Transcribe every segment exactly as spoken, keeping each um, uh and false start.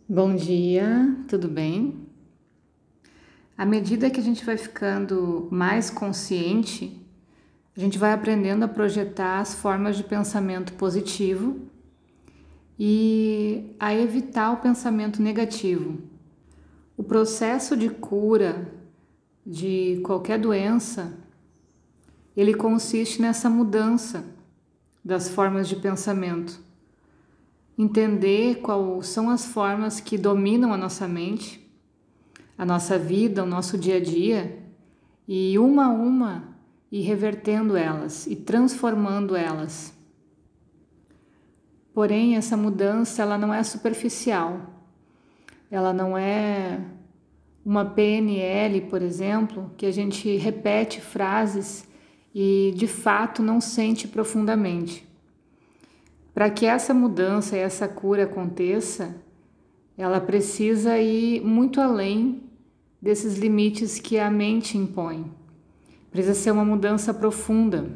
Bom dia, tudo bem? À medida que a gente vai ficando mais consciente, a gente vai aprendendo a projetar as formas de pensamento positivo e a evitar o pensamento negativo. O processo de cura de qualquer doença, ele consiste nessa mudança das formas de pensamento. Entender quais são as formas que dominam a nossa mente, a nossa vida, o nosso dia a dia, e uma a uma ir revertendo elas e transformando elas. Porém, essa mudança ela não é superficial, ela não é uma P N L, por exemplo, que a gente repete frases e de fato não sente profundamente. Para que essa mudança e essa cura aconteça, ela precisa ir muito além desses limites que a mente impõe. Precisa ser uma mudança profunda.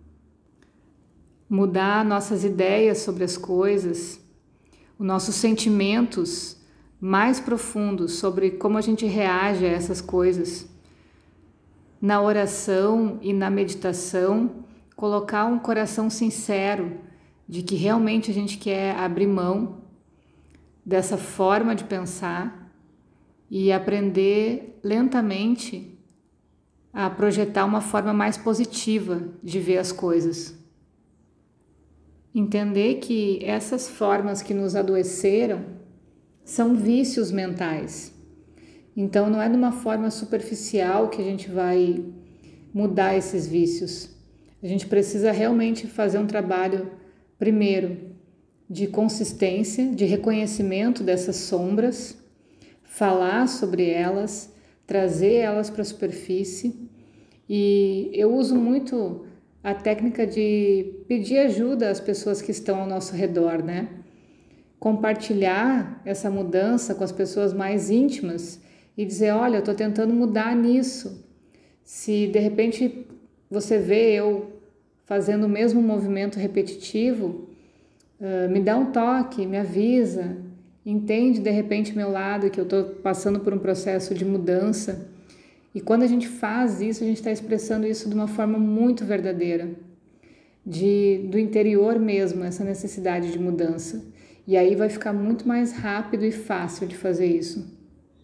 Mudar nossas ideias sobre as coisas, os nossos sentimentos mais profundos sobre como a gente reage a essas coisas. Na oração e na meditação, colocar um coração sincero de que realmente a gente quer abrir mão dessa forma de pensar e aprender lentamente a projetar uma forma mais positiva de ver as coisas. Entender que essas formas que nos adoeceram são vícios mentais. Então não é de uma forma superficial que a gente vai mudar esses vícios. A gente precisa realmente fazer um trabalho, primeiro, de consistência, de reconhecimento dessas sombras, falar sobre elas, trazer elas para a superfície. E eu uso muito a técnica de pedir ajuda às pessoas que estão ao nosso redor, né? Compartilhar essa mudança com as pessoas mais íntimas e dizer, olha, eu estou tentando mudar nisso. Se de repente você vê eu fazendo o mesmo movimento repetitivo, uh, me dá um toque, me avisa, entende de repente meu lado que eu estou passando por um processo de mudança. E quando a gente faz isso, a gente está expressando isso de uma forma muito verdadeira, de, do interior mesmo, essa necessidade de mudança. E aí vai ficar muito mais rápido e fácil de fazer isso.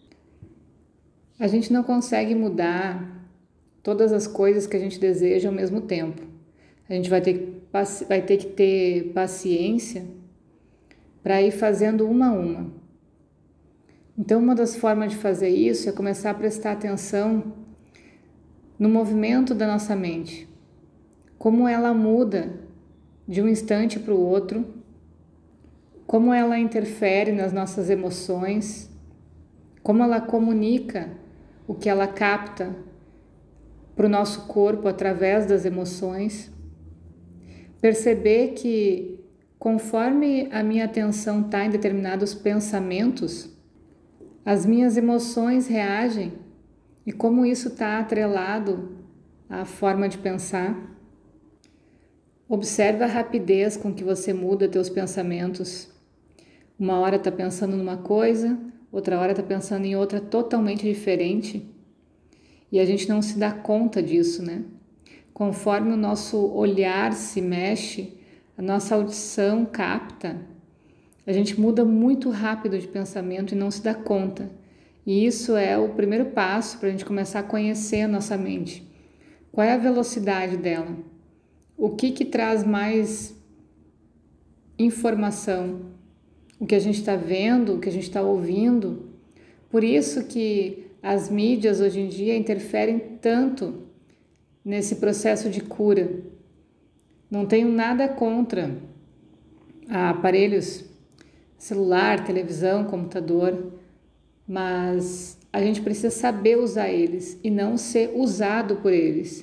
A gente não consegue mudar todas as coisas que a gente deseja ao mesmo tempo. A gente vai ter, vai ter que ter paciência para ir fazendo uma a uma. Então, uma das formas de fazer isso é começar a prestar atenção no movimento da nossa mente, como ela muda de um instante para o outro, como ela interfere nas nossas emoções, como ela comunica o que ela capta para o nosso corpo através das emoções. Perceber que conforme a minha atenção está em determinados pensamentos, as minhas emoções reagem e como isso está atrelado à forma de pensar. Observe a rapidez com que você muda teus pensamentos. Uma hora está pensando numa coisa, outra hora está pensando em outra totalmente diferente. E a gente não se dá conta disso, né? Conforme o nosso olhar se mexe, a nossa audição capta, a gente muda muito rápido de pensamento e não se dá conta. E isso é o primeiro passo para a gente começar a conhecer a nossa mente. Qual é a velocidade dela? O que que traz mais informação? O que a gente está vendo, o que a gente está ouvindo? Por isso que as mídias hoje em dia interferem tanto nesse processo de cura. Não tenho nada contra aparelhos, celular, televisão, computador, mas a gente precisa saber usar eles e não ser usado por eles.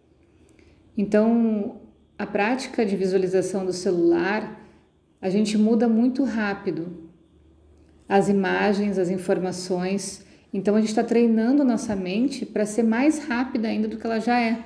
Então, a prática de visualização do celular, a gente muda muito rápido as imagens, as informações. Então, a gente está treinando nossa mente para ser mais rápida ainda do que ela já é.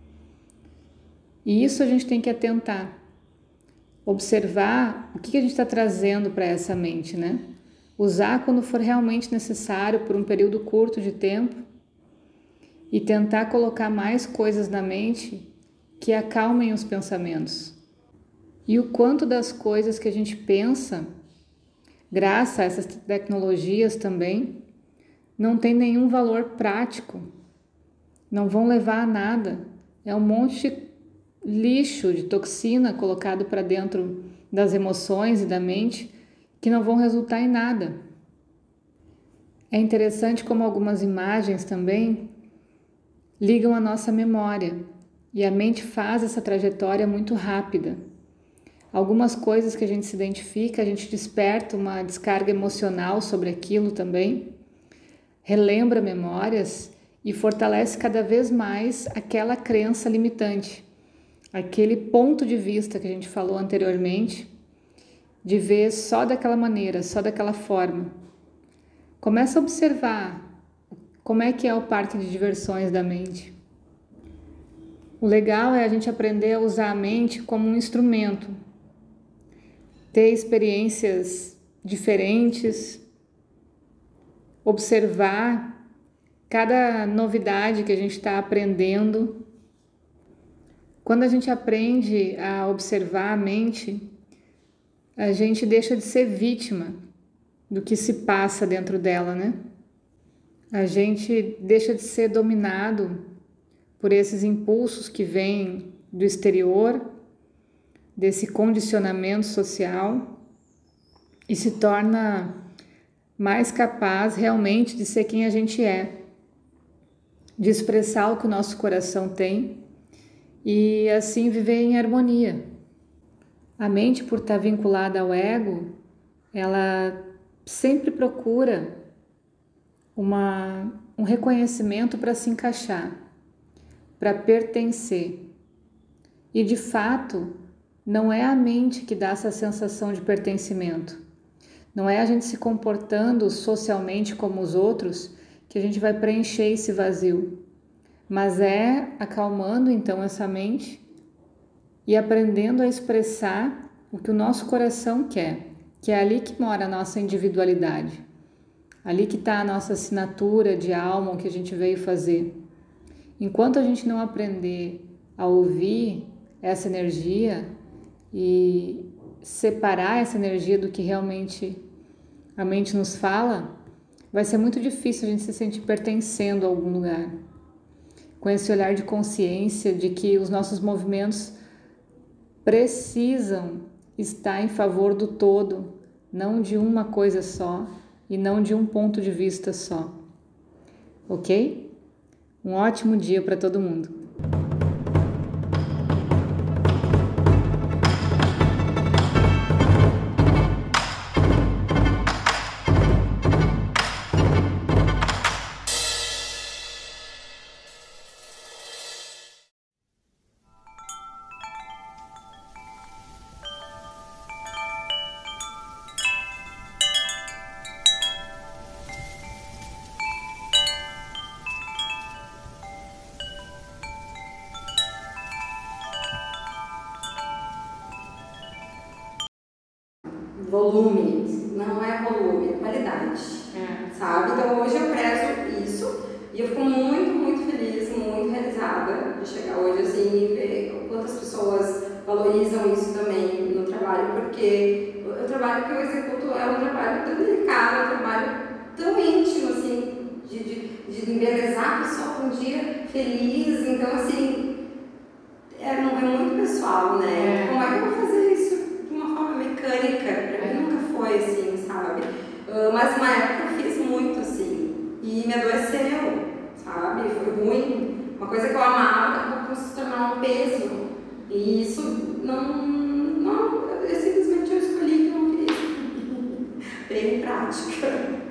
E isso a gente tem que atentar. Observar o que a gente está trazendo para essa mente, né? usar quando for realmente necessário por um período curto de tempo e tentar colocar mais coisas na mente que acalmem os pensamentos. E o quanto das coisas que a gente pensa, graças a essas tecnologias também, não tem nenhum valor prático, não vão levar a nada. É um monte de lixo, de toxina colocado para dentro das emoções e da mente que não vão resultar em nada. É interessante como algumas imagens também ligam a nossa memória e a mente faz essa trajetória muito rápida. Algumas coisas que a gente se identifica, a gente desperta uma descarga emocional sobre aquilo também, relembra memórias e fortalece cada vez mais aquela crença limitante, aquele ponto de vista que a gente falou anteriormente, de ver só daquela maneira, só daquela forma. Começa a observar como é que é o parque de diversões da mente. O legal é a gente aprender a usar a mente como um instrumento, ter experiências diferentes, observar cada novidade que a gente está aprendendo. Quando a gente aprende a observar a mente, a gente deixa de ser vítima do que se passa dentro dela, né? A gente deixa de ser dominado por esses impulsos que vêm do exterior, desse condicionamento social, e se torna mais capaz realmente de ser quem a gente é, de expressar o que o nosso coração tem e assim viver em harmonia. A mente, por estar vinculada ao ego, ela sempre procura uma, um reconhecimento para se encaixar, para pertencer. E de fato, não é a mente que dá essa sensação de pertencimento. Não é a gente se comportando socialmente como os outros que a gente vai preencher esse vazio. Mas é acalmando então essa mente e aprendendo a expressar o que o nosso coração quer, que é ali que mora a nossa individualidade. Ali que está a nossa assinatura de alma, o que a gente veio fazer. Enquanto a gente não aprender a ouvir essa energia e separar essa energia do que realmente a mente nos fala, vai ser muito difícil a gente se sentir pertencendo a algum lugar. Com esse olhar de consciência de que os nossos movimentos precisam estar em favor do todo, não de uma coisa só e não de um ponto de vista só. Ok? Um ótimo dia para todo mundo! Volume, não é volume, é qualidade, é. Sabe? Então hoje eu prezo isso e eu fico muito, muito feliz, muito realizada de chegar hoje assim e ver quantas pessoas valorizam isso também no trabalho, porque o trabalho que eu executo é um trabalho tão delicado, é um trabalho tão íntimo, assim, de, de, de embelezar a pessoa com um dia feliz, então assim, é, é muito pessoal, né? É. Como é que eu vou fazer isso de uma forma mecânica? Pra mim nunca foi assim, sabe? Uh, mas uma época eu fiz muito assim, e me adoeceu, sabe? Foi ruim, uma coisa que eu amava, daqui a pouco se tornar um peso, e isso não, não, eu simplesmente eu escolhi que eu não queria, bem prática.